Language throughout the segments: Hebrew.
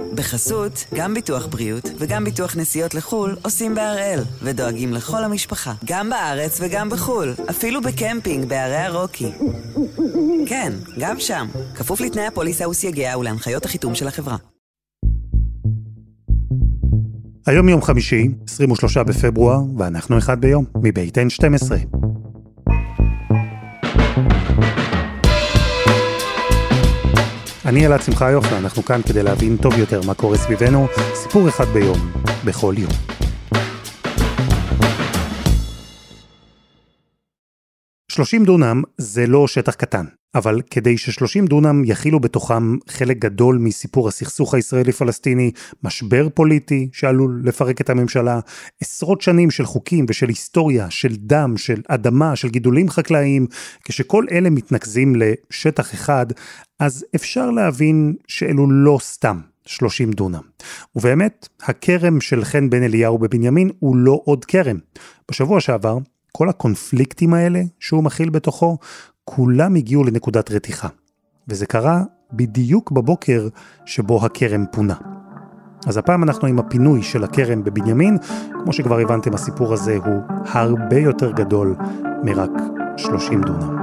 בחסות, גם ביטוח בריאות וגם ביטוח נסיעות לחול עושים בהראל, ודואגים לכל המשפחה, גם בארץ וגם בחול, אפילו בקמפינג בערי הרוקי. כן, גם שם, כפוף לתנאי הפוליסה וסייגיה ולהנחיות החיתום של החברה. היום יום חמישי, 23 בפברואר, ואנחנו אחד ביום, מבית N12. אני אלעד שמחיוף, ואנחנו כאן כדי להבין טוב יותר מה קורה סביבנו, סיפור אחד ביום, בכל יום. "30 דונם זה לא שטח קטן, אבל כדי ש30 דונם יכילו בתוכם חלק גדול מסיפור הסכסוך הישראלי-פלסטיני, משבר פוליטי שעלול לפרק את הממשלה, עשרות שנים של חוקים ושל היסטוריה, של דם, של אדמה, של גידולים חקלאיים, כשכל אלה מתנקזים לשטח אחד, אז אפשר להבין שאלו לא סתם 30 דונם. ובאמת, הכרם של חן בן אליהו בבנימין הוא לא עוד כרם. בשבוע שעבר, כל הקונפליקטים האלה שהוא מכיל בתוכו, כולם הגיעו לנקודת רתיחה. וזה קרה בדיוק בבוקר שבו הכרם פונה. אז הפעם אנחנו עם הפינוי של הכרם בבנימין. כמו שכבר הבנתם, הסיפור הזה הוא הרבה יותר גדול מרק 30 דונם.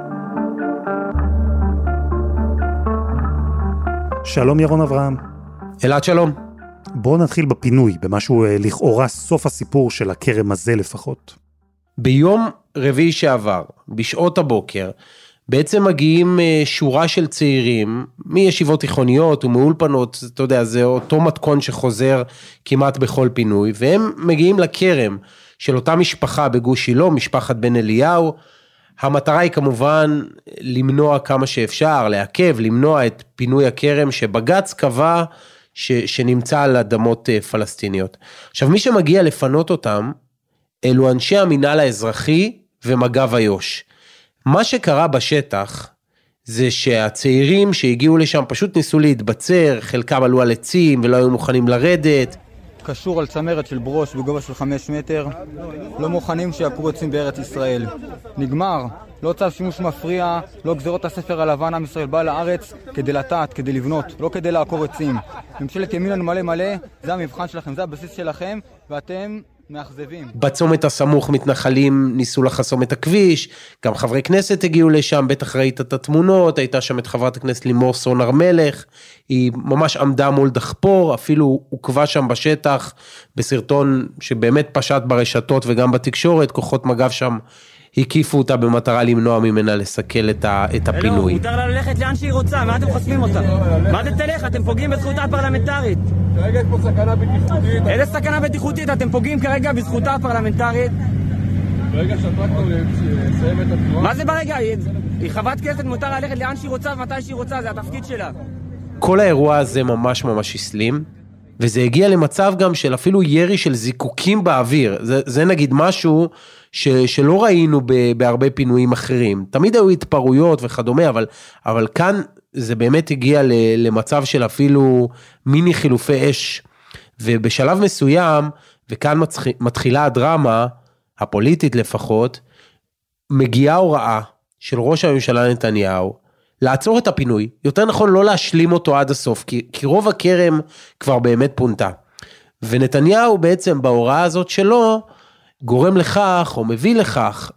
שלום ירון אברהם. אלעד שלום. בואו נתחיל בפינוי, במשהו לכאורה סוף הסיפור של הכרם הזה לפחות. ביום רביעי שעבר, בשעות הבוקר, בעצם מגיעים שורה של צעירים, מישיבות תיכוניות ומאולפנות, אתה יודע, זה אותו מתכון שחוזר כמעט בכל פינוי, והם מגיעים לכרם של אותה משפחה בגוש שילה, משפחת בן אליהו. המטרה היא כמובן למנוע כמה שאפשר, לעכב, למנוע את פינוי הכרם שבג"ץ קבע שנמצא על אדמות פלסטיניות. עכשיו, מי שמגיע לפנות אותם, אלו אנשי המינהל האזרחי ומג"ב איו"ש. מה שקרה בשטח, זה שהצעירים שהגיעו לשם פשוט ניסו להתבצר, חלקם עלו על עצים ולא היו מוכנים לרדת. קשור על צמרת של ברוש בגובה של 5 מטר, לא מוכנים שיעקרו עצים בארץ ישראל. נגמר, לא צו שימוש מפריע, לא גזירות הספר הלבן, עם ישראל בא לארץ כדי לטעת, כדי לבנות, לא כדי לעקור עצים. ממשלת ימין מלא מלא, זה המבחן שלכם, זה הבסיס שלכם, ואתם מאכזבים. בצומת הסמוך מתנחלים ניסו לחסום את הכביש, גם חברי כנסת הגיעו לשם, בטח ראית את התמונות, הייתה שם את חברת הכנסת לימור סון הר מלך, היא ממש עמדה מול דחפור, אפילו עוקבה שם בשטח, בסרטון שבאמת פשט ברשתות וגם בתקשורת, כוחות מג"ב שם הקיפו אותה במטרה למנוע ממנה לסכל את הפינוי. מותר לה ללכת לאן שהיא רוצה, מה אתם חוסמים אותה? מה אתם תלך? אתם פוגעים בזכותה הפרלמנטרית. כרגע יש פה סכנה בטיחותית. איזה סכנה בטיחותית? אתם פוגעים כרגע בזכותה הפרלמנטרית. ברגע שהטרקטור יסיים את התנועה. מה זה ברגע? היא חברת כנסת, מותר ללכת לאן שהיא רוצה ומתי שהיא רוצה, זה התפקיד שלה. כל האירוע הזה ממש ממש הסלים, וזה הגיע למצב גם של אפילו ירי של זיקוקים באוויר. זה נגיד משהו שלא ראינו בהרבה פינויים אחרים. תמיד היו התפרעויות וכדומה, אבל כאן זה באמת הגיע למצב של אפילו מיני חילופי אש. ובשלב מסוים, וכאן מתחילה הדרמה, הפוליטית לפחות, מגיעה הוראה של ראש הממשלה נתניהו, לעצור את הפינוי, יותר נכון לא להשלים אותו עד הסוף, כי רוב הכרם כבר באמת פונתה. ונתניהו בעצם בהוראה הזאת שלו, גורם לכך או מביא לכך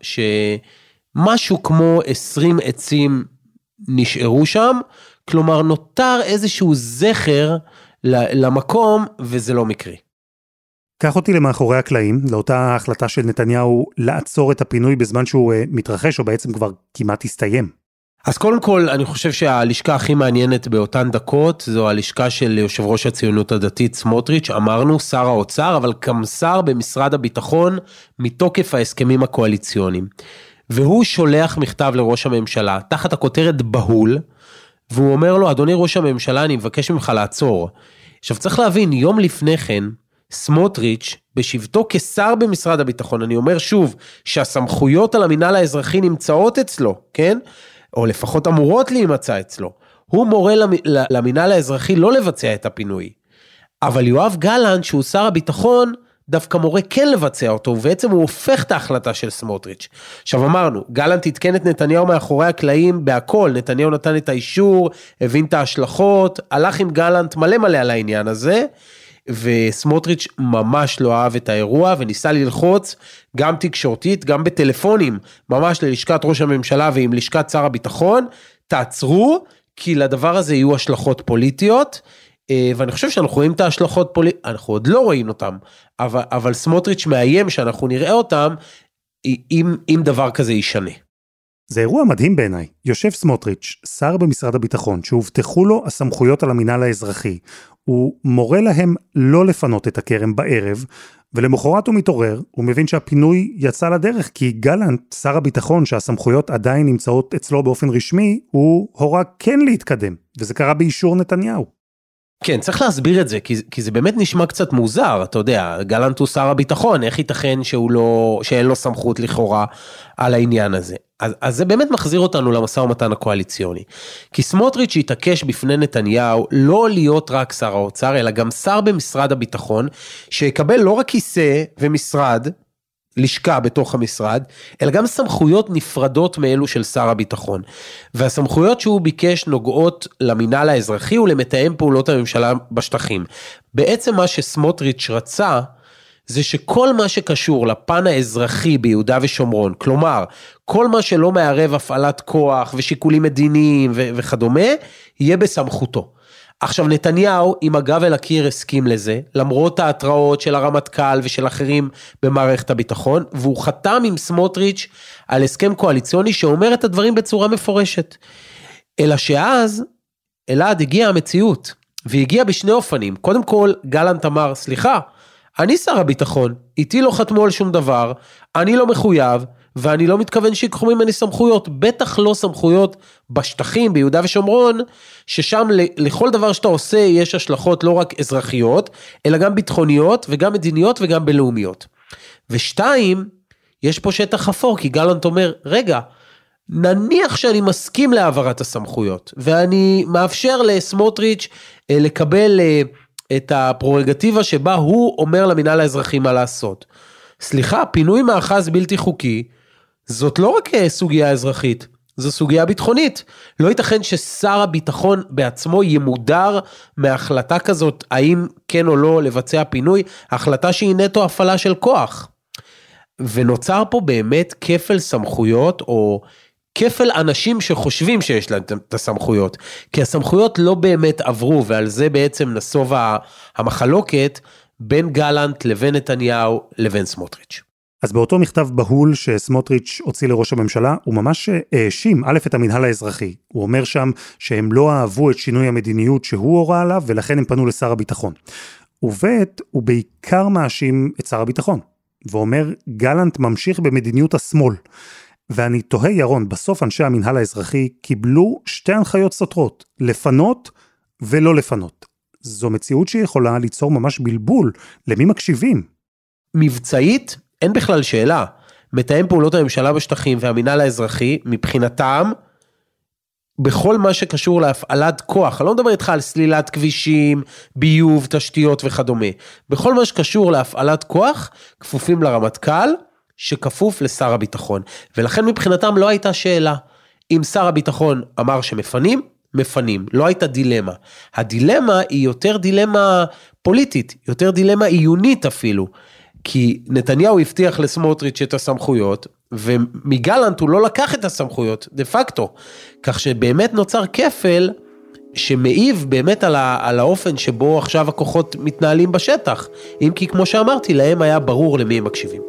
שמשהו כמו 20 עצים נשארו שם, כלומר נותר איזשהו זכר למקום, וזה לא מקרי. קח אותי למאחורי הקלעים, לאותה החלטה של נתניהו לעצור את הפינוי בזמן שהוא מתרחש, או בעצם כבר כמעט הסתיים. אז קודם כל, אני חושב שהלשכה הכי מעניינת באותן דקות, זו הלשכה של יושב ראש הציונות הדתית סמוטריץ', אמרנו שר האוצר, אבל גם שר במשרד הביטחון, מתוקף ההסכמים הקואליציוניים. והוא שולח מכתב לראש הממשלה, תחת הכותרת בהול, והוא אומר לו, אדוני ראש הממשלה, אני מבקש ממך לעצור. עכשיו צריך להבין, יום לפני כן, סמוטריץ' בשבתו כשר במשרד הביטחון, אני אומר שוב, שהסמכויות על המינהל האזרחי נמצאות אצלו, כן? או לפחות אמורות להימצא אצלו. הוא מורה למינהל האזרחי לא לבצע את הפינוי. אבל יואב גלנט, שהוא שר הביטחון, דווקא מורה כן לבצע אותו, ובעצם הוא הופך את ההחלטה של סמוטריץ'. עכשיו אמרנו, גלנט התקן את נתניהו מאחורי הקלעים בהכל, נתניהו נתן את האישור, הבין את ההשלכות, הלך עם גלנט מלא על העניין הזה, וסמוטריץ' ממש לא אהב את האירוע, וניסה ללחוץ גם תקשורתית, גם בטלפונים, ממש ללשכת ראש הממשלה ועם לשכת שר הביטחון, תעצרו, כי לדבר הזה יהיו השלכות פוליטיות, ואני חושב שאנחנו רואים את ההשלכות פוליטיות, אנחנו עוד לא רואים אותם, אבל סמוטריץ' מאיים שאנחנו נראה אותם, אם דבר כזה ישנה. זה אירוע מדהים בעיניי. יושב סמוטריץ', שר במשרד הביטחון, שהובטחו לו הסמכויות על המינהל האזרחי, הוא מורה להם לא לפנות את הכרם בערב, ולמחרת הוא מתעורר, הוא מבין שהפינוי יצא לדרך, כי גלנט, שר הביטחון, שהסמכויות עדיין נמצאות אצלו באופן רשמי, הוא הורה כן להתקדם, וזה קרה באישור נתניהו. כן, צריך להסביר את זה, כי זה באמת נשמע קצת מוזר, אתה יודע, גלנט הוא שר הביטחון, איך ייתכן שאין לו סמכות לכאורה על העניין הזה. אז זה באמת מחזיר אותנו למשא ומתן הקואליציוני. כי סמוטריץ' התעקש בפני נתניהו לא להיות רק שר האוצר, אלא גם שר במשרד הביטחון, שיקבל לא רק כיסא ומשרד, לשכה בתוך המשרד, אלא גם סמכויות נפרדות מאלו של שר הביטחון. והסמכויות שהוא ביקש נוגעות למינהל האזרחי ולמתאם פעולות הממשלה בשטחים. בעצם מה שסמוטריץ' רצה, זה שכל מה שקשור לפן האזרחי ביהודה ושומרון, כלומר, כל מה שלא מערב הפעלת כוח ושיקולים מדיניים וכדומה, יהיה בסמכותו. עכשיו נתניהו עם הגב אל הקיר הסכים לזה, למרות ההתראות של הרמטכ"ל ושל אחרים במערכת הביטחון, והוא חתם עם סמוטריץ' על הסכם קואליציוני שאומר את הדברים בצורה מפורשת. אלא שאז אלעד הגיעה המציאות, והגיעה בשני אופנים. קודם כל גלנט אמר, סליחה, אני שר הביטחון, איתי לא חתמו על שום דבר, אני לא מחויב, ואני לא מתכוון שיקחו ממני סמכויות, בטח לא סמכויות בשטחים, ביהודה ושומרון, ששם לכל דבר שאתה עושה, יש השלכות לא רק אזרחיות, אלא גם ביטחוניות, וגם מדיניות, וגם בינלאומיות. ושתיים, יש פה שטח אפור, כי גלנט אומר, רגע, נניח שאני מסכים להעברת הסמכויות, ואני מאפשר לסמוטריץ' לקבל את הפררוגטיבה שבה הוא אומר למינהל האזרחי מה לעשות. סליחה, פינוי מאחז בלתי חוקי, זאת לא רק סוגיה אזרחית, זו סוגיה ביטחונית. לא ייתכן ששר הביטחון בעצמו ימודר מהחלטה כזאת, האם כן או לא לבצע פינוי, החלטה שהיא נטו הפעלה של כוח. ונוצר פה באמת כפל סמכויות, או כפל אנשים שחושבים שיש להם את הסמכויות, כי הסמכויות לא באמת עברו, ועל זה בעצם נסוב המחלוקת, בין גלנט לבין נתניהו לבין סמוטריץ'. אז באותו מכתב בהול שסמוטריץ' הוציא לראש הממשלה, הוא ממש האשים את המנהל האזרחי. הוא אומר שם שהם לא אהבו את שינוי המדיניות שהוא הורה עליו, ולכן הם פנו לשר הביטחון. ובית הוא בעיקר מאשים את שר הביטחון, ואומר גלנט ממשיך במדיניות השמאל. ואני תוהה ירון, בסוף אנשי המנהל האזרחי קיבלו שתי הנחיות סותרות, לפנות ולא לפנות. זו מציאות שיכולה ליצור ממש בלבול, למי מקשיבים? מבצעית, אין בכלל שאלה. מתאם פעולות הממשלה בשטחים והמינהל האזרחי, מבחינתם, בכל מה שקשור להפעלת כוח, אני לא מדבר איתך על סלילת כבישים, ביוב, תשתיות וכדומה. בכל מה שקשור להפעלת כוח, כפופים לרמטכ"ל, שכפוף לשר הביטחון. ולכן מבחינתם לא הייתה שאלה. אם שר הביטחון אמר שמפנים, מפנים, לא הייתה דילמה. הדילמה היא יותר דילמה פוליטית, יותר דילמה עיונית אפילו, כי נתניהו הבטיח לסמוטריץ' את הסמכויות, ומגלנט הוא לא לקח את הסמכויות, דה פקטו, כך שבאמת נוצר כפל, שמעיב באמת על האופן שבו עכשיו הכוחות מתנהלים בשטח, אם כי כמו שאמרתי, להם היה ברור למי הם מקשיבים.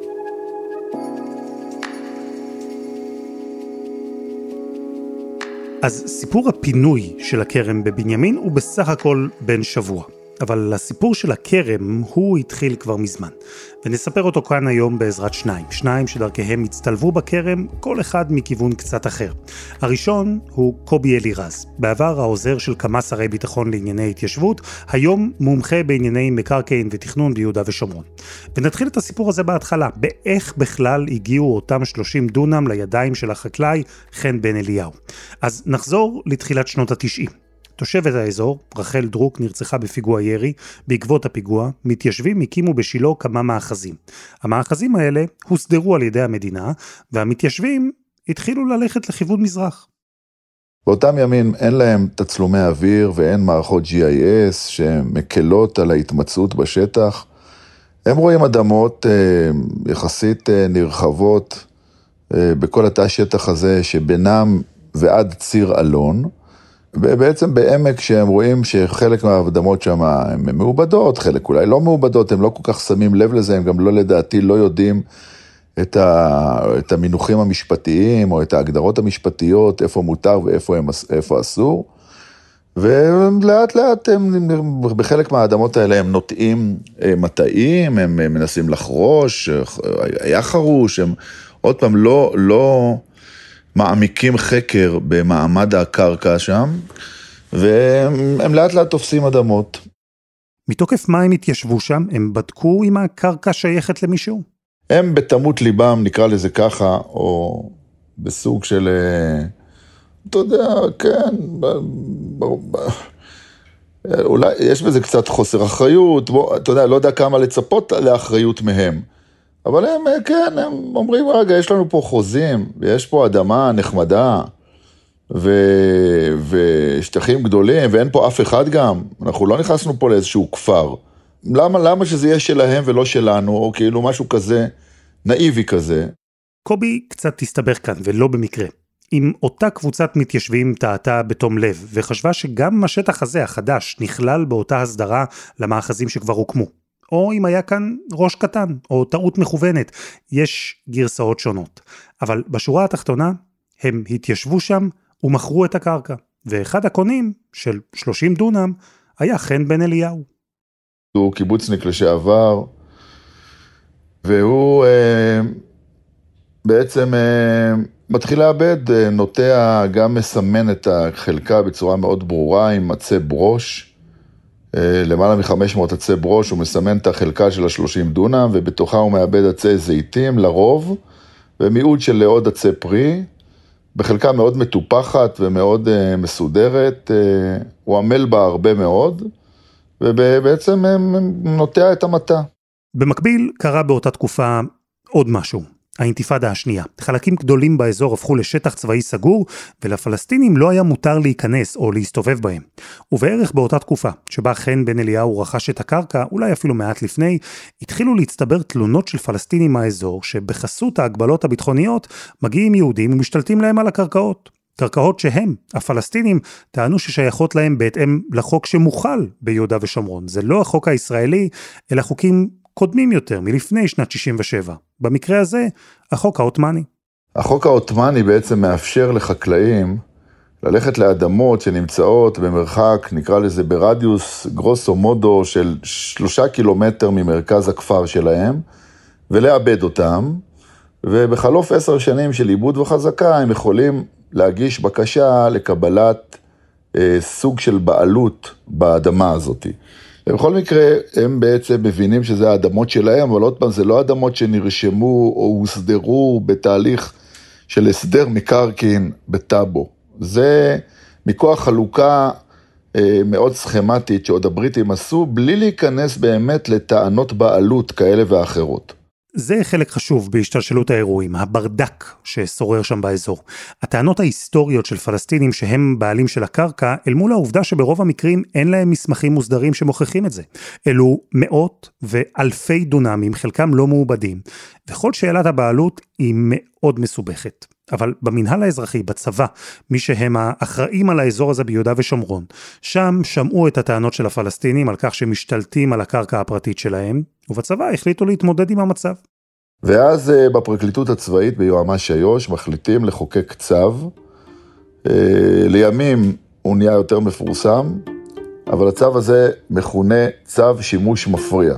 אז סיפור הפינוי של הכרם בבנימין הוא בסך הכל בן שבוע. אבל הסיפור של הכרם הוא התחיל כבר מזמן. ונספר אותו כאן היום בעזרת שניים שדרכיהם הצטלבו בכרם, כל אחד מכיוון קצת אחר. הראשון הוא קובי אלירז, בעבר העוזר של כמה שרי ביטחון לענייני התיישבות, היום מומחה בענייני מקרקעין ותכנון ביהודה ושומרון. ונתחיל את הסיפור הזה בהתחלה, באיך בכלל הגיעו אותם 30 דונם לידיים של החקלאי חן בן אליהו. אז נחזור לתחילת שנות ה-90. תושבת האזור, רחל דרוק, נרצחה בפיגוע ירי. בעקבות הפיגוע, מתיישבים הקימו בשילה כמה מאחזים. המאחזים האלה הוסדרו על ידי המדינה, והמתיישבים התחילו ללכת לכיוון מזרח. באותם ימים אין להם תצלומי אוויר ואין מערכות GIS שמקלות על ההתמצאות בשטח. הם רואים אדמות יחסית נרחבות בכל התא השטח הזה שבינם ועד ציר אלון, ובעצם בעמק שהם רואים שחלק מהאדמות שם הן מעובדות, חלק אולי לא מעובדות, הם לא כל כך שמים לב לזה, הם גם לא לדעתי לא יודעים את המינוחים המשפטיים או את ההגדרות המשפטיות, איפה מותר ואיפה אסור, ולאט לאט בחלק מהאדמות האלה הם נוטעים מטעים, הם מנסים לחרוש, היה חרוש, הם עוד פעם לא מעמיקים חקר במעמד הקרקע שם, והם לאט לאט תופסים אדמות. מתוקף מה הם התיישבו שם? הם בדקו אם הקרקע שייכת למישהו? הם בתמות ליבם, נקרא לזה ככה, או בסוג של, אתה יודע, כן, אולי יש בזה קצת חוסר אחריות, אתה יודע, לא יודע כמה לצפות לאחריות מהם, אבל הם, כן, הם אומרים, רגע, יש לנו פה חוזים, ויש פה אדמה נחמדה, ושטחים גדולים, ואין פה אף אחד גם, אנחנו לא נכנסנו פה לאיזשהו כפר, למה שזה יהיה שלהם ולא שלנו, או כאילו משהו כזה, נאיבי כזה. קובי קצת תסתבך כאן, ולא במקרה. אם אותה קבוצת מתיישבים טעתה בתום לב, וחשבה שגם השטח הזה, החדש, נכלל באותה הסדרה למאחזים שכבר הוקמו. או אם היה כאן ראש קטן, או טעות מכוונת. יש גרסאות שונות. אבל בשורה התחתונה, הם התיישבו שם ומכרו את הקרקע. ואחד הקונים של 30 דונם היה חן בן אליהו. הוא קיבוצניק לשעבר, והוא בעצם מתחיל לאבד, נוטע, גם מסמן את החלקה בצורה מאוד ברורה עם עצי ברוש, למעלה מ-500 עצי ברוש, הוא מסמן את החלקה של ה-30 דונם, ובתוכה הוא מאבד עצי זיתים לרוב, ומיעוט של עוד עצי פרי, בחלקה מאוד מטופחת ומאוד מסודרת, הוא עמל בה הרבה מאוד, ובעצם נוטע את המטה. במקביל קרה באותה תקופה עוד משהו, האינתיפאדה השנייה. חלקים גדולים באזור הפכו לשטח צבאי סגור, ולפלסטינים לא היה מותר להיכנס או להסתובב בהם. ובערך באותה תקופה, שבה חן בן אליהו רכש את הקרקע, אולי אפילו מעט לפני, התחילו להצטבר תלונות של פלסטינים מהאזור, שבחסות ההגבלות הביטחוניות מגיעים יהודים ומשתלטים להם על הקרקעות. קרקעות שהם, הפלסטינים, טענו ששייכות להם בהתאם לחוק שמוחל ביהודה ושומרון. זה לא החוק הישראלי, אלא חוקים קודמים יותר, מלפני שנת 67. במקרה הזה, החוק העות'מאני. החוק העות'מאני בעצם מאפשר לחקלאים ללכת לאדמות שנמצאות במרחק, נקרא לזה ברדיוס גרוסו מודו של 3 קילומטר ממרכז הכפר שלהם, ולאבד אותם, ובחלוף 10 שנים של עיבוד וחזקה, הם יכולים להגיש בקשה לקבלת סוג של בעלות באדמה הזאת. ובכל מקרה, הם בעצם מבינים שזה האדמות שלהם, אבל עוד פעם, זה לא אדמות שנרשמו או הוסדרו בתהליך של הסדר מקרקעין בטאבו. זה מכוח חלוקה מאוד סכמטית שעוד הבריטים עשו, בלי להיכנס באמת לטענות בעלות כאלה ואחרות. זה חלק חשוב בהשתלשלות האירועים, הברדק ששורר שם באזור. הטענות ההיסטוריות של פלסטינים שהם בעלים של הקרקע, אל מול העובדה שברוב המקרים אין להם מסמכים מוסדרים שמוכיחים את זה. אלו מאות ואלפי דונמים, חלקם לא מעובדים, וכל שאלת הבעלות היא מאוד מסובכת. אבל במנהל האזרחי, בצבא, מי שהם האחראים על האזור הזה ביהודה ושומרון, שם שמעו את הטענות של הפלסטינים על כך שמשתלטים על הקרקע הפרטית שלהם, ובצבא החליטו להתמודד עם המצב. ואז בפרקליטות הצבאית ביועמ"ש איו"ש מחליטים לחוקק צו, לימים הוא נהיה יותר מפורסם, אבל הצו הזה מכונה צו שימוש מפריע.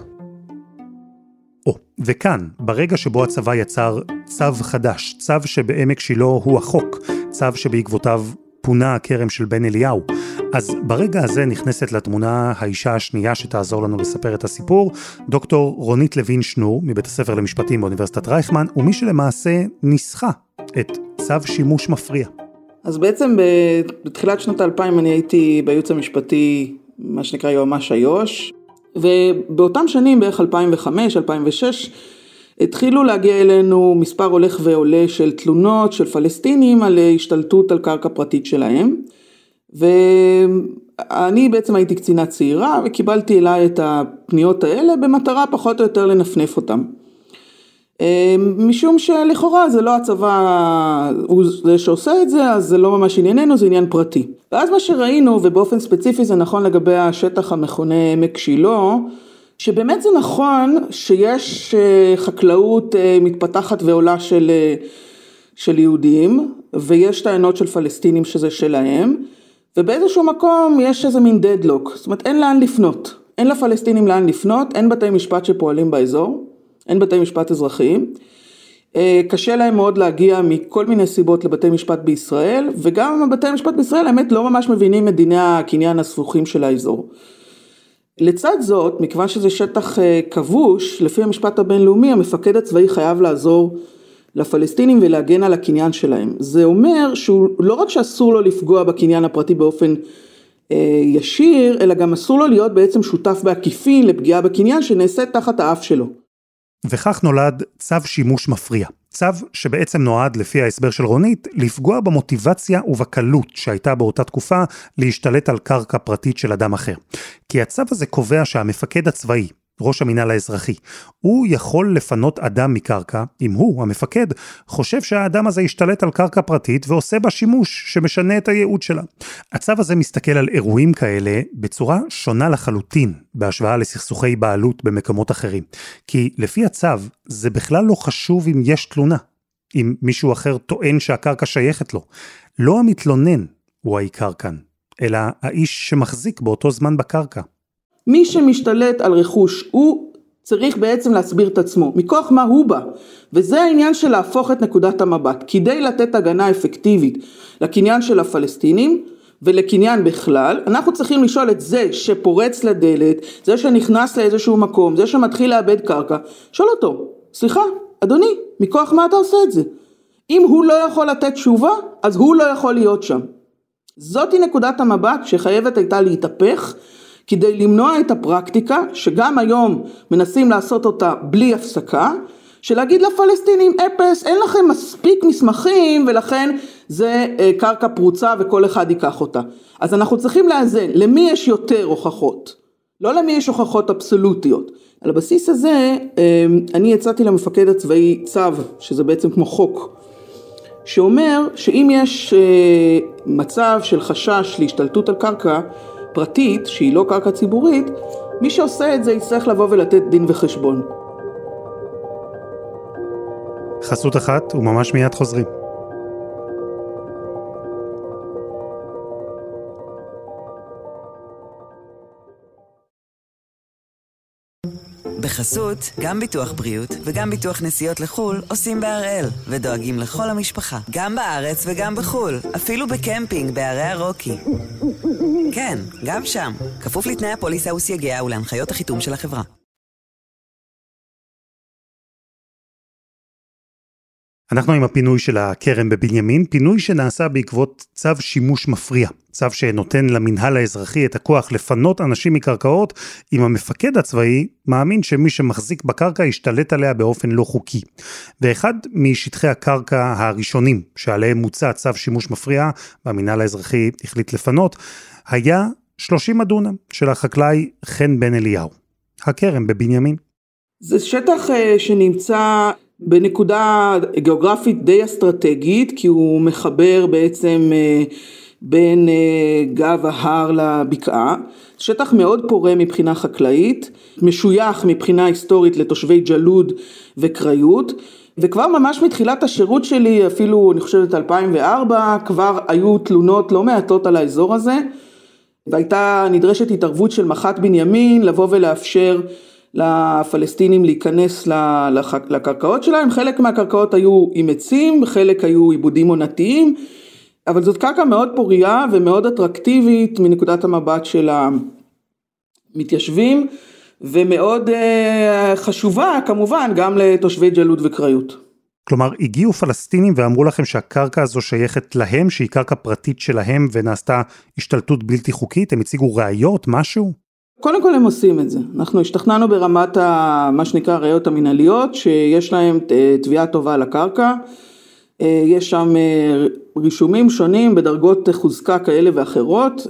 וכאן, ברגע שבו הצבא יצר צו חדש, צו שבעמק שילה הוא החוק, צו שבעקבותיו פונה הכרם של בן אליהו, אז ברגע הזה נכנסת לתמונה האישה השנייה שתעזור לנו לספר את הסיפור, דוקטור רונית לוין שנור, מבית הספר למשפטים באוניברסיטת רייכמן, ומי שלמעשה ניסחה את צו שימוש מפריע. אז בעצם בתחילת שנות ה-2000 אני הייתי בייעוץ המשפטי, מה שנקרא יועמ"ש איו"ש, ובאותם שנים, בערך 2005, 2006, התחילו להגיע אלינו מספר הולך ועולה של תלונות של פלסטינים על השתלטות על קרקע פרטית שלהם, ואני בעצם הייתי קצינה צעירה וקיבלתי אליי את הפניות האלה במטרה פחות או יותר לנפנף אותם. משום שלכאורה זה לא הצבא הוא זה שעושה את זה, אז זה לא ממש ענייננו, זה עניין פרטי. ואז מה שראינו, ובאופן ספציפי זה נכון לגבי השטח המכונה עמק שילה, שבאמת זה נכון שיש חקלאות מתפתחת ועולה של יהודים, ויש טענות של פלסטינים שזה שלהם, ובאיזשהו מקום יש איזה מין דדלוק, זאת אומרת אין לאן לפנות, אין לפלסטינים לאן לפנות, אין בתי משפט שפועלים באזור, אין בתי משפט אזרחיים, קשה להם מאוד להגיע מכל מיני סיבות לבתי משפט בישראל, וגם בתי משפט בישראל האמת לא ממש מבינים את דיני הקניין הסבוכים של האזור. לצד זאת, מכיוון שזה שטח כבוש, לפי המשפט הבינלאומי, המפקד הצבאי חייב לעזור לפלסטינים ולהגן על הקניין שלהם. זה אומר שהוא לא רק שאסור לו לפגוע בקניין הפרטי באופן ישיר, אלא גם אסור לו להיות בעצם שותף בעקיפין לפגיעה בקניין שנעשית תחת האף שלו. וכך נולד צו שימוש מפריע. צו שבעצם נועד, לפי ההסבר של רונית, לפגוע במוטיבציה ובקלות שהייתה באותה תקופה להשתלט על קרקע פרטית של אדם אחר. כי הצו הזה קובע שהמפקד הצבאי, ראש המינהל האזרחי, הוא יכול לפנות אדם מקרקע, אם הוא, המפקד, חושב שהאדם הזה ישתלט על קרקע פרטית ועושה בה שימוש שמשנה את הייעוד שלה. הצו הזה מסתכל על אירועים כאלה בצורה שונה לחלוטין, בהשוואה לסכסוכי בעלות במקומות אחרים. כי לפי הצו, זה בכלל לא חשוב אם יש תלונה, אם מישהו אחר טוען שהקרקע שייכת לו. לא המתלונן הוא העיקר כאן, אלא האיש שמחזיק באותו זמן בקרקע. מי שמשתלט על רכוש, הוא צריך בעצם להסביר את עצמו, מכוח מה הוא בא, וזה העניין של להפוך את נקודת המבט, כדי לתת הגנה אפקטיבית לקניין של הפלסטינים, ולקניין בכלל, אנחנו צריכים לשאול את זה שפורץ לדלת, זה שנכנס לאיזשהו מקום, זה שמתחיל לאבד קרקע, שואל אותו, סליחה, אדוני, מכוח מה אתה עושה את זה? אם הוא לא יכול לתת תשובה, אז הוא לא יכול להיות שם. זאת היא נקודת המבט שחייבת הייתה להתהפך, כדי למנוע את הפרקטיקה, שגם היום מנסים לעשות אותה בלי הפסקה, של להגיד לפלסטינים, אפס, אין לכם מספיק מסמכים, ולכן זה קרקע פרוצה וכל אחד ייקח אותה. אז אנחנו צריכים לאזן, למי יש יותר הוכחות? לא למי יש הוכחות אבסולוטיות. על הבסיס הזה, אני הצעתי למפקד הצבאי צו, שזה בעצם כמו חוק, שאומר שאם יש מצב של חשש להשתלטות על קרקע פרטית, שהיא לא קרקע ציבורית, מי שעושה את זה יצטרך לבוא ולתת דין וחשבון. חסות אחת וממש מיד חוזרים. בחסות, גם ביטוח בריאות וגם ביטוח נסיעות לחול עושים בהראל ודואגים לכל המשפחה, גם בארץ וגם בחול, אפילו בקמפינג בערי הרוקי. כן, גם שם, כפוף לתנאי הפוליסה וסייגיה ולהנחיות החיתום של החברה. אנחנו עם הפינוי של הכרם בבנימין, פינוי שנעשה בעקבות צו שימוש מפריע, צו שנותן למנהל האזרחי את הכוח לפנות אנשים מקרקעות, אם המפקד הצבאי מאמין שמי שמחזיק בקרקע ישתלט עליה באופן לא חוקי. ואחד משטחי הקרקע הראשונים שעליהם מוצא צו שימוש מפריע, והמנהל האזרחי החליט לפנות, היה 30 הדונם של החקלאי חן בן אליהו. הכרם בבנימין. זה שטח שנמצא בנקודה גיאוגרפית די אסטרטגית, כי הוא מחבר בעצם בין גב ההר לבקעה. שטח מאוד פורה מבחינה חקלאית, משוייך מבחינה היסטורית לתושבי ג'לוד וקריות, וכבר ממש מתחילת השירות שלי, אפילו אני חושבת 2004, כבר היו תלונות לא מעטות על האזור הזה, והייתה נדרשת התערבות של מח"ט בנימין לבוא ולאפשר לפלסטינים להיכנס לקרקעות שלהם. חלק מהקרקעות היו עם עצים, חלק היו עיבודים עונתיים, אבל זאת קרקע מאוד פוריה ומאוד אטרקטיבית מנקודת המבט של המתיישבים, ומאוד חשובה כמובן גם לתושבי ג'לוד וקריות. כלומר, הגיעו פלסטינים ואמרו לכם שהקרקע הזו שייכת להם, שהיא קרקע פרטית שלהם ונעשתה השתלטות בלתי חוקית, הם הציגו ראיות, משהו? קודם כל הם עושים את זה. אנחנו השתכנענו ברמת מה שנקרא ראיות המנהליות, שיש להם תביעה טובה על הקרקע, יש שם רישומים שונים בדרגות חוזקה כאלה ואחרות,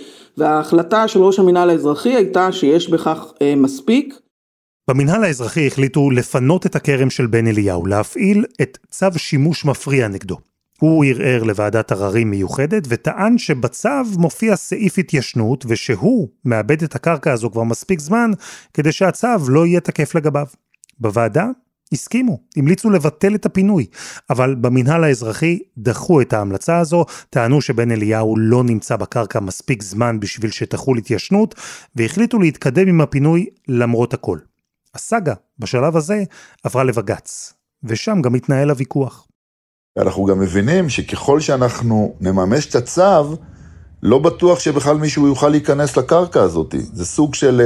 וההחלטה של ראש המינהל האזרחי הייתה שיש בכך מספיק. במינהל האזרחי החליטו לפנות את הכרם של בן אליהו, להפעיל את צו שימוש מפריע נגדו. הוא ערער לוועדת עררים מיוחדת וטען שבצו מופיע סעיף התיישנות ושהוא מאבד את הקרקע הזו כבר מספיק זמן כדי שהצו לא יהיה תקף לגביו. בוועדה הסכימו, המליצו לבטל את הפינוי, אבל במינהל האזרחי דחו את ההמלצה הזו, טענו שבן אליהו לא נמצא בקרקע מספיק זמן בשביל שתחול התיישנות, והחליטו להתקדם עם הפינוי למרות הכל. הסגה בשלב הזה עברה לבגץ, ושם גם התנהל הוויכוח. אנחנו גם מבינים שככל שאנחנו נממש את הצו, לא בטוח שבכלל מישהו יוכל להיכנס לקרקע הזאת. זה סוג של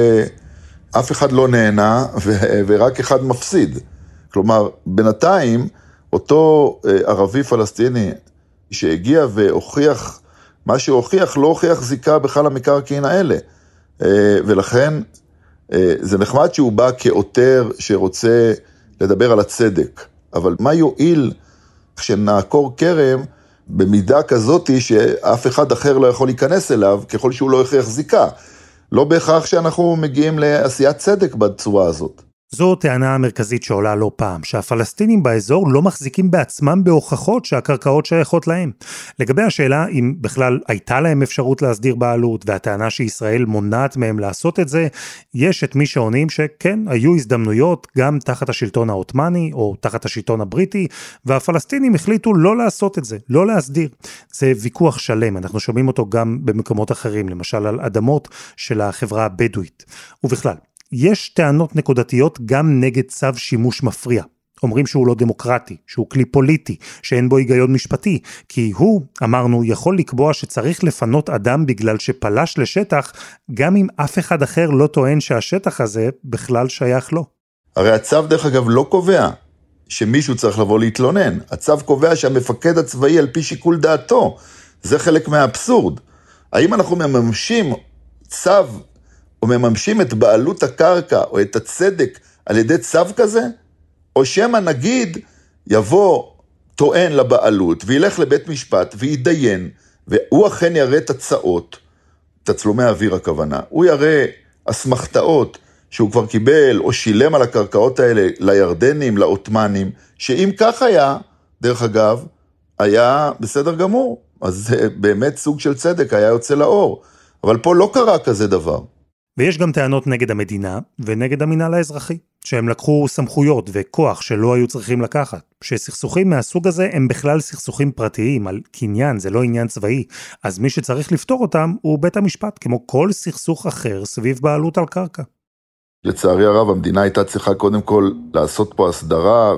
אף אחד לא נהנה ורק אחד מפסיד. כלומר, בינתיים, אותו ערבי פלסטיני שהגיע והוכיח, מה שהוכיח לא הוכיח זיקה בכלל המקרקעין האלה. ולכן זה נחמד שהוא בא כעותר שרוצה לדבר על הצדק. אבל מה יועיל כשנעקור כרם במידה כזאת שאף אחד אחר לא יכול להיכנס אליו ככל שהוא לא הוכיח זיקה? לא בהכרח שאנחנו מגיעים לעשיית צדק בצורה הזאת. זו טענה המרכזית שעולה לא פעם, שהפלסטינים באזור לא מחזיקים בעצמם בהוכחות שהקרקעות שייכות להם. לגבי השאלה אם בכלל הייתה להם אפשרות להסדיר בעלות, והטענה שישראל מונעת מהם לעשות את זה, יש את מי שעונים שכן, היו הזדמנויות גם תחת השלטון העות'מאני או תחת השלטון הבריטי, והפלסטינים החליטו לא לעשות את זה, לא להסדיר. זה ויכוח שלם, אנחנו שומעים אותו גם במקומות אחרים, למשל על אדמות של החברה הבדואית. ובכלל, יש טענות נקודתיות גם נגד צו שימוש מפריע. אומרים שהוא לא דמוקרטי, שהוא כלי פוליטי, שאין בו היגיון משפטי, כי הוא, אמרנו, יכול לקבוע שצריך לפנות אדם בגלל שפלש לשטח, גם אם אף אחד אחר לא טוען שהשטח הזה בכלל שייך לו. הרי הצו דרך אגב לא קובע שמישהו צריך לבוא להתלונן. הצו קובע שהמפקד הצבאי על פי שיקול דעתו. זה חלק מהאבסורד. האם אנחנו מממשים צו או מממשים את בעלות הקרקע או את הצדק על ידי צו כזה? או שמה נגיד יבוא טוען לבעלות וילך לבית משפט וידיין, והוא אכן יראה תצאות, תצלומי אוויר הכוונה, הוא יראה אסמכתאות שהוא כבר קיבל או שילם על הקרקעות האלה לירדנים, לעות'מאנים, שאם כך היה, דרך אגב, היה בסדר גמור. אז זה באמת סוג של צדק, היה יוצא לאור. אבל פה לא קרה כזה דבר. ויש גם טענות נגד המדינה ונגד המינהל האזרחי, שהם לקחו סמכויות וכוח שלא היו צריכים לקחת. שסכסוכים מהסוג הזה הם בכלל סכסוכים פרטיים, על קניין, זה לא עניין צבאי. אז מי שצריך לפתור אותם הוא בית המשפט, כמו כל סכסוך אחר סביב בעלות על קרקע. לצערי הרב, המדינה הייתה צריכה קודם כל לעשות פה הסדרה,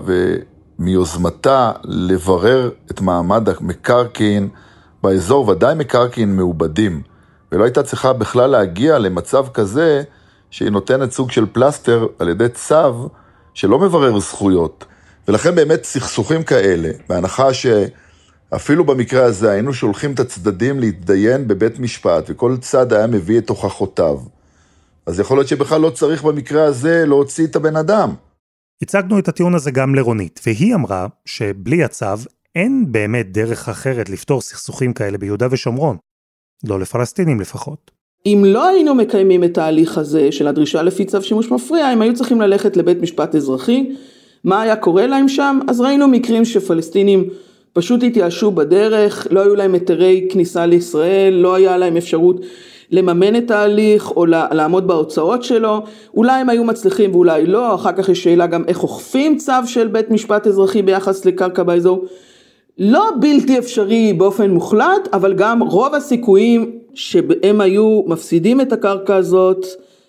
ומיוזמתה לברר את מעמד המקרקעין באזור, ודאי מקרקעין מעובדים. ולא הייתה צריכה בכלל להגיע למצב כזה שהיא נותנת סוג של פלסטר על ידי צו שלא מברר זכויות. ולכן באמת סכסוכים כאלה, בהנחה שאפילו במקרה הזה היינו שולחים את הצדדים להתדיין בבית משפט, וכל צד היה מביא את הוכחותיו, אז יכול להיות שבכלל לא צריך במקרה הזה להוציא את הבן אדם. הצגנו את הטיעון הזה גם לרונית, והיא אמרה שבלי הצו אין באמת דרך אחרת לפתור סכסוכים כאלה ביהודה ושומרון. לא לפלסטינים לפחות. אם לא היינו מקיימים את ההליך הזה של הדרישה לפי צו שימוש מפריע, הם היו צריכים ללכת לבית משפט אזרחי. מה היה קורה להם שם? אז ראינו מקרים שפלסטינים פשוט התייאשו בדרך, לא היו להם היתרי כניסה לישראל, לא היה להם אפשרות לממן את ההליך או לעמוד בהוצאות שלו. אולי הם היו מצליחים ואולי לא. אחר כך יש שאלה גם איך אוכפים צו של בית משפט אזרחי ביחס לקרקע באזור. לא בלתי אפשרי באופן מוחלט, אבל גם רוב הסיכויים שהם היו מפסידים את הקרקע הזאת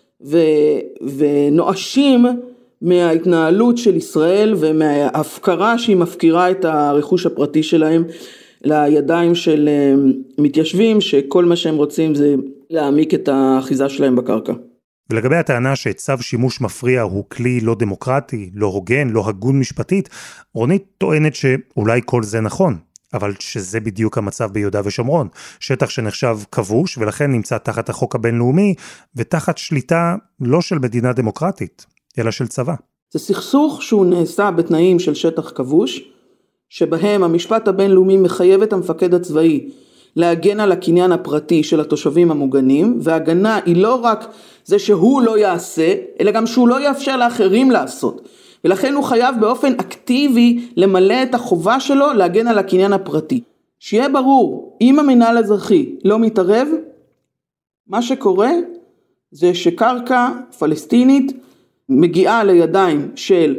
ונואשים מההתנהלות של ישראל ומההפקרה שהיא מפקירה את הרכוש הפרטי שלהם לידיים של מתיישבים, שכל מה שהם רוצים זה להעמיק את האחיזה שלהם בקרקע. ולגבי הטענה שצו שימוש מפריע הוא כלי לא דמוקרטי, לא הוגן, לא הגון משפטית, רונית טוענת שאולי כל זה נכון, אבל שזה בדיוק המצב ביהודה ושומרון, שטח שנחשב כבוש ולכן נמצא תחת החוק הבינלאומי, ותחת שליטה לא של מדינה דמוקרטית, אלא של צבא. זה סכסוך שהוא נעשה בתנאים של שטח כבוש, שבהם המשפט הבינלאומי מחייב את המפקד הצבאי להגן על הקניין הפרטי של התושבים המוגנים, והגנה היא לא רק זה שהוא לא יעשה, אלא גם שהוא לא יאפשר לאחרים לעשות. ולכן הוא חייב באופן אקטיבי למלא את החובה שלו להגן על הקניין הפרטי. שיהיה ברור, אם המינהל האזרחי לא מתערב, מה שקורה זה שקרקע פלסטינית מגיעה לידיים של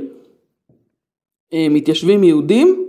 מתיישבים יהודים,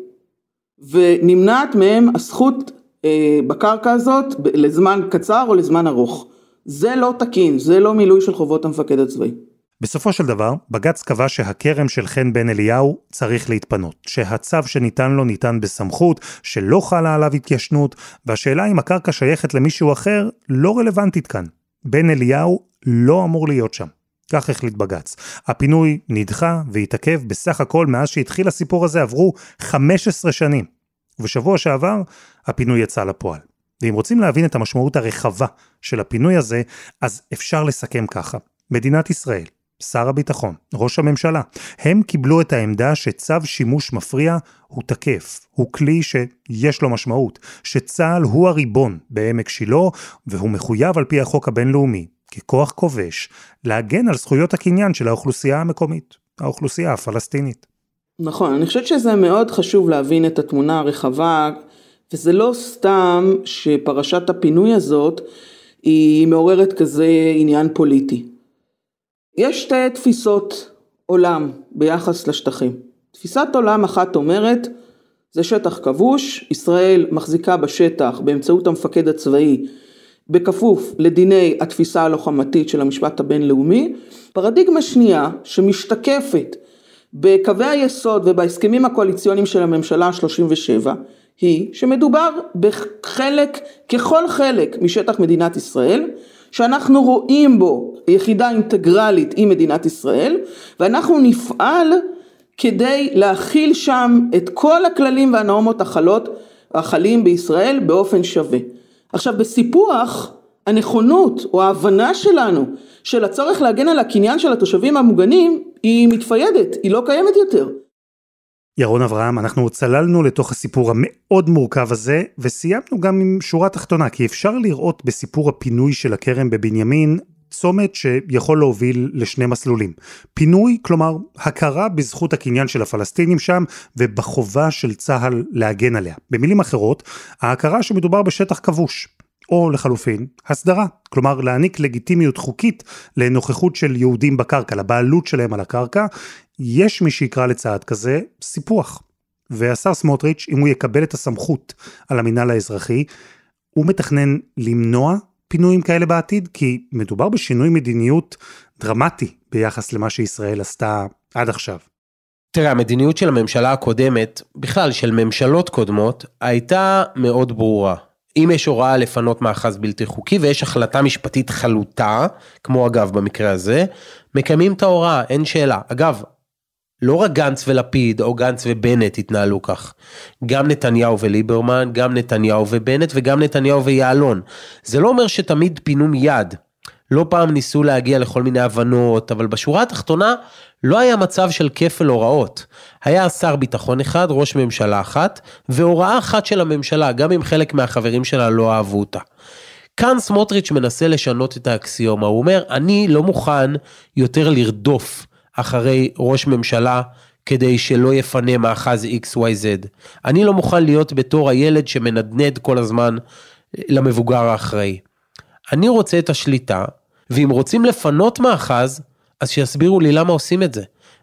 ונמנעת מהם הזכות בקרקע הזאת לזמן קצר או לזמן ארוך. זה לא תקין, זה לא מילוי של חובות המפקד הצבאי. בסופו של דבר, בג"ץ קבע שהכרם של חן בן אליהו צריך להתפנות, שהצו שניתן לו ניתן בסמכות, שלא חלה עליו התיישנות, והשאלה אם הקרקע שייכת למישהו אחר לא רלוונטית כאן. בן אליהו לא אמור להיות שם. כך החליט בג"ץ. הפינוי נדחה והתעכב בסך הכל מאז שהתחיל הסיפור הזה עברו 15 שנים. ובשבוע שעבר הפינוי יצא לפועל. ואם רוצים להבין את המשמעות הרחבה של הפינוי הזה, אז אפשר לסכם ככה. מדינת ישראל, שר הביטחון, ראש הממשלה, הם קיבלו את העמדה שצו שימוש מפריע הוא תקף, הוא כלי שיש לו משמעות, שצה"ל הוא הריבון בעמק שילה, והוא מחויב על פי החוק הבינלאומי, ככוח כובש, להגן על זכויות הקניין של האוכלוסייה המקומית, האוכלוסייה הפלסטינית. נכון, אני חושבת שזה מאוד חשוב להבין את התמונה הרחבה, וזה לא סתם שפרשת הפינוי הזאת היא מעוררת כזה עניין פוליטי. יש שתי תפיסות עולם ביחס לשטחים. תפיסת עולם אחת אומרת, זה שטח כבוש, ישראל מחזיקה בשטח באמצעות המפקד הצבאי, בכפוף לדיני התפיסה הלוחמתית של המשפט הבינלאומי. פרדיגמה שנייה שמשתקפת בקווי היסוד ובהסכמים הקואליציוניים של הממשלה ה-37, היא שמדובר בחלק, ככל חלק משטח מדינת ישראל, שאנחנו רואים בו יחידה אינטגרלית עם מדינת ישראל, ואנחנו נפעל כדי להכיל שם את כל הכללים והנורמות החלים בישראל באופן שווה. עכשיו בסיפוח, הנכונות או ההבנה שלנו של הצורך להגן על הקניין של התושבים המוגנים, היא מתפיידת, היא לא קיימת יותר. ירון אברהם, אנחנו צללנו לתוך הסיפור המאוד מורכב הזה, וסיימנו גם עם שורה תחתונה, כי אפשר לראות בסיפור הפינוי של הכרם בבנימין, צומת שיכול להוביל לשני מסלולים. פינוי, כלומר, הכרה בזכות הקניין של הפלסטינים שם, ובחובה של צה"ל להגן עליה. במילים אחרות, ההכרה שמדובר בשטח כבוש. או לחלופין, הסדרה, כלומר להעניק לגיטימיות חוקית לנוכחות של יהודים בקרקע, לבעלות שלהם על הקרקע. יש מי שיקרא לצעד כזה סיפוח. והשר סמוטריץ', אם הוא יקבל את הסמכות על המינהל האזרחי, הוא מתכנן למנוע פינויים כאלה בעתיד, כי מדובר בשינוי מדיניות דרמטי ביחס למה שישראל עשתה עד עכשיו. תראה, המדיניות של הממשלה הקודמת, בכלל של ממשלות קודמות, הייתה מאוד ברורה. אם יש הוראה לפנות מאחז בלתי חוקי, ויש החלטה משפטית חלוטה, כמו אגב במקרה הזה, מקיימים את ההוראה, אין שאלה. אגב, לא רק גנץ ולפיד, או גנץ ובנט התנהלו כך. גם נתניהו וליברמן, גם נתניהו ובנט, וגם נתניהו ויעלון. זה לא אומר שתמיד פינו מיד. לא פעם ניסו להגיע לכל מיני הבנות, אבל בשורה התחתונה לא היה מצב של כפל הוראות. היה שר ביטחון אחד, ראש ממשלה אחת, והוראה אחת של הממשלה, גם אם חלק מהחברים שלה לא אהבו אותה. כאן סמוטריץ' מנסה לשנות את האקסיומה, הוא אומר, אני לא מוכן יותר לרדוף אחרי ראש ממשלה, כדי שלא יפנה מאחז XYZ. אני לא מוכן להיות בתור הילד שמנדנד כל הזמן למבוגר האחראי. אני רוצה את השליטה, ואם רוצים לפנות מאחז, אז שיסבירו לי למה עושים את זה,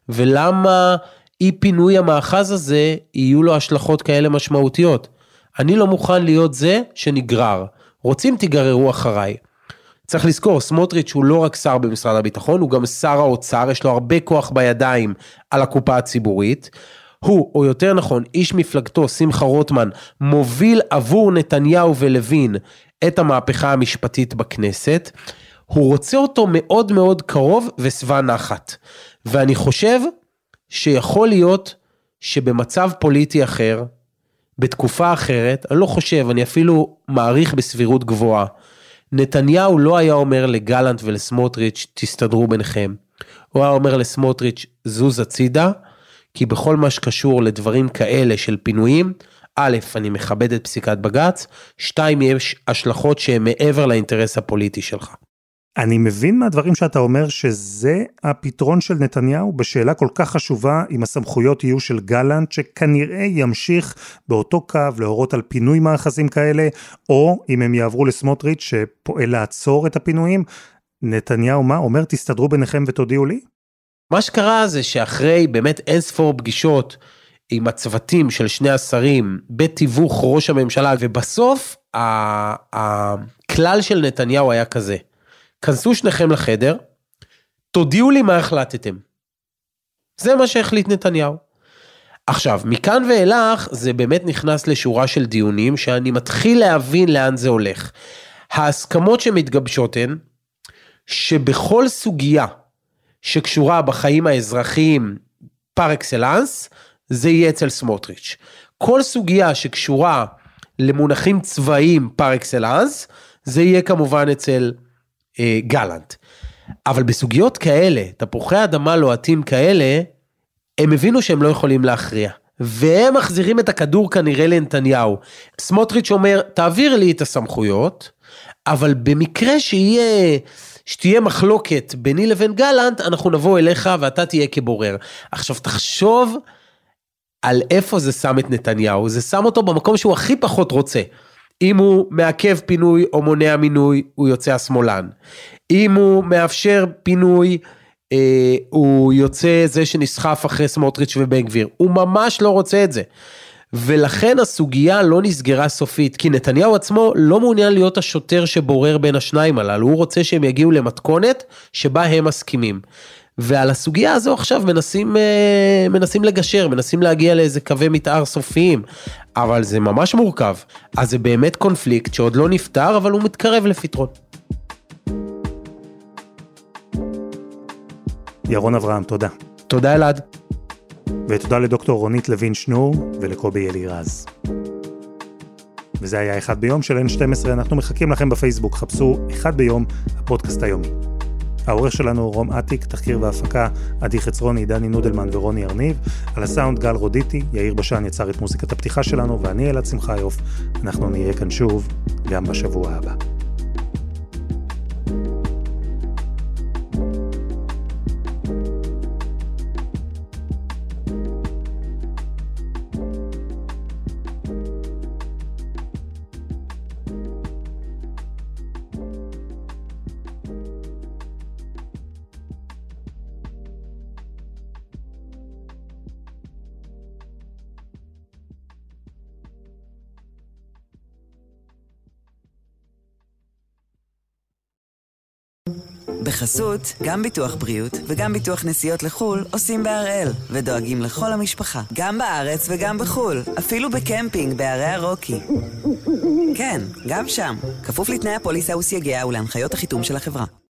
ולמה אי פינוי המאחז הזה, יהיו לו השלכות כאלה משמעותיות. אני לא מוכן להיות זה שנגרר, רוצים תגררו אחריי. צריך לזכור, סמוטריץ' הוא לא רק שר במשרד הביטחון, הוא גם שר האוצר, יש לו הרבה כוח בידיים על הקופה הציבורית, הוא, או יותר נכון, איש מפלגתו, שמחה רוטמן, מוביל עבור נתניהו ולוין את המהפכה המשפטית בכנסת, הוא רוצה אותו מאוד מאוד קרוב וסבא נחת. ואני חושב שיכול להיות שבמצב פוליטי אחר, בתקופה אחרת, אני לא חושב, אני אפילו מעריך בסבירות גבוהה, נתניהו לא היה אומר לגלנט ולסמוטריץ' תסתדרו ביניכם. הוא היה אומר לסמוטריץ' זוז הצידה, כי בכל מה שקשור לדברים כאלה של פינויים, א', אני מכבד את פסיקת בג"ץ, 2, יש השלכות שהן מעבר לאינטרס הפוליטי שלך. אני מבין מהדברים שאתה אומר שזה הפתרון של נתניהו בשאלה כל כך חשובה אם הסמכויות יהיו של גלנט שכנראה ימשיך באותו קו להורות על פינוי מאחזים כאלה, או אם הם יעברו לסמוטריץ' שפועל לעצור את הפינויים. נתניהו מה? אומר תסתדרו ביניכם ותודיעו לי? מה שקרה זה שאחרי באמת אין ספור פגישות עם הצוותים של שני השרים בתיווך ראש הממשלה, ובסוף הכלל של נתניהו היה כזה, כנסו שניכם לחדר, תודיעו לי מה החלטתם. זה מה שהחליט נתניהו. עכשיו, מכאן ואילך, זה באמת נכנס לשורה של דיונים, שאני מתחיל להבין לאן זה הולך. ההסכמות שמתגבשות הן, שבכל סוגיה שקשורה בחיים האזרחיים פר אקסלנס, זה יהיה אצל סמוטריץ'. כל סוגיה שקשורה למונחים צבאיים פר אקסלנס, זה יהיה כמובן אצל גלנט. אבל בסוגיות כאלה, תפוחי אדמה לוהטים כאלה, הם הבינו שהם לא יכולים להכריע. והם מחזירים את הכדור כנראה לנתניהו. סמוטריץ' אומר, תעביר לי את הסמכויות, אבל במקרה שתהיה מחלוקת ביני לבין גלנט, אנחנו נבוא אליך ואתה תהיה כבורר. עכשיו תחשוב על איפה זה שם את נתניהו, זה שם אותו במקום שהוא הכי פחות רוצה. אם הוא מעכב פינוי או מונע מינוי, הוא יוצא השמאלן. אם הוא מאפשר פינוי, הוא יוצא זה שנסחף אחרי סמוטריץ' ובן גביר. הוא ממש לא רוצה את זה. ולכן הסוגיה לא נסגרה סופית, כי נתניהו עצמו לא מעוניין להיות השוטר שבורר בין השניים הללו, הוא רוצה שהם יגיעו למתכונת שבה הם מסכימים. ועל הסוגיה הזו עכשיו מנסים לגשר, מנסים להגיע לאיזה קווי מתאר סופיים, אבל זה ממש מורכב. אז זה באמת קונפליקט שעוד לא נפתר, אבל הוא מתקרב לפתרון. ירון אברהם, תודה. תודה אלעד. ותודה לדוקטור רונית לוין שנור ולקובי אלירז. וזה היה אחד ביום של N12, אנחנו מחכים לכם בפייסבוק, חפשו אחד ביום, הפודקאסט היומי. העורך שלנו רום עתיק, תחקיר והפקה עדי חצרוני, דני נודלמן ורוני ארניב, על הסאונד גל רודיטי, יאיר בשן יצר את מוזיקת הפתיחה שלנו, ואני אלעד שמחיוף, אנחנו נהיה כאן שוב גם בשבוע הבא. בחסות, גם ביטוח בריאות וגם ביטוח נסיעות לחול עושים בהראל ודואגים לכל המשפחה, גם בארץ וגם בחול, אפילו בקמפינג בערי הרוקי. כן, גם שם, כפוף לתנאי הפוליסה וסייגיה ולהנחיות החיתום של החברה.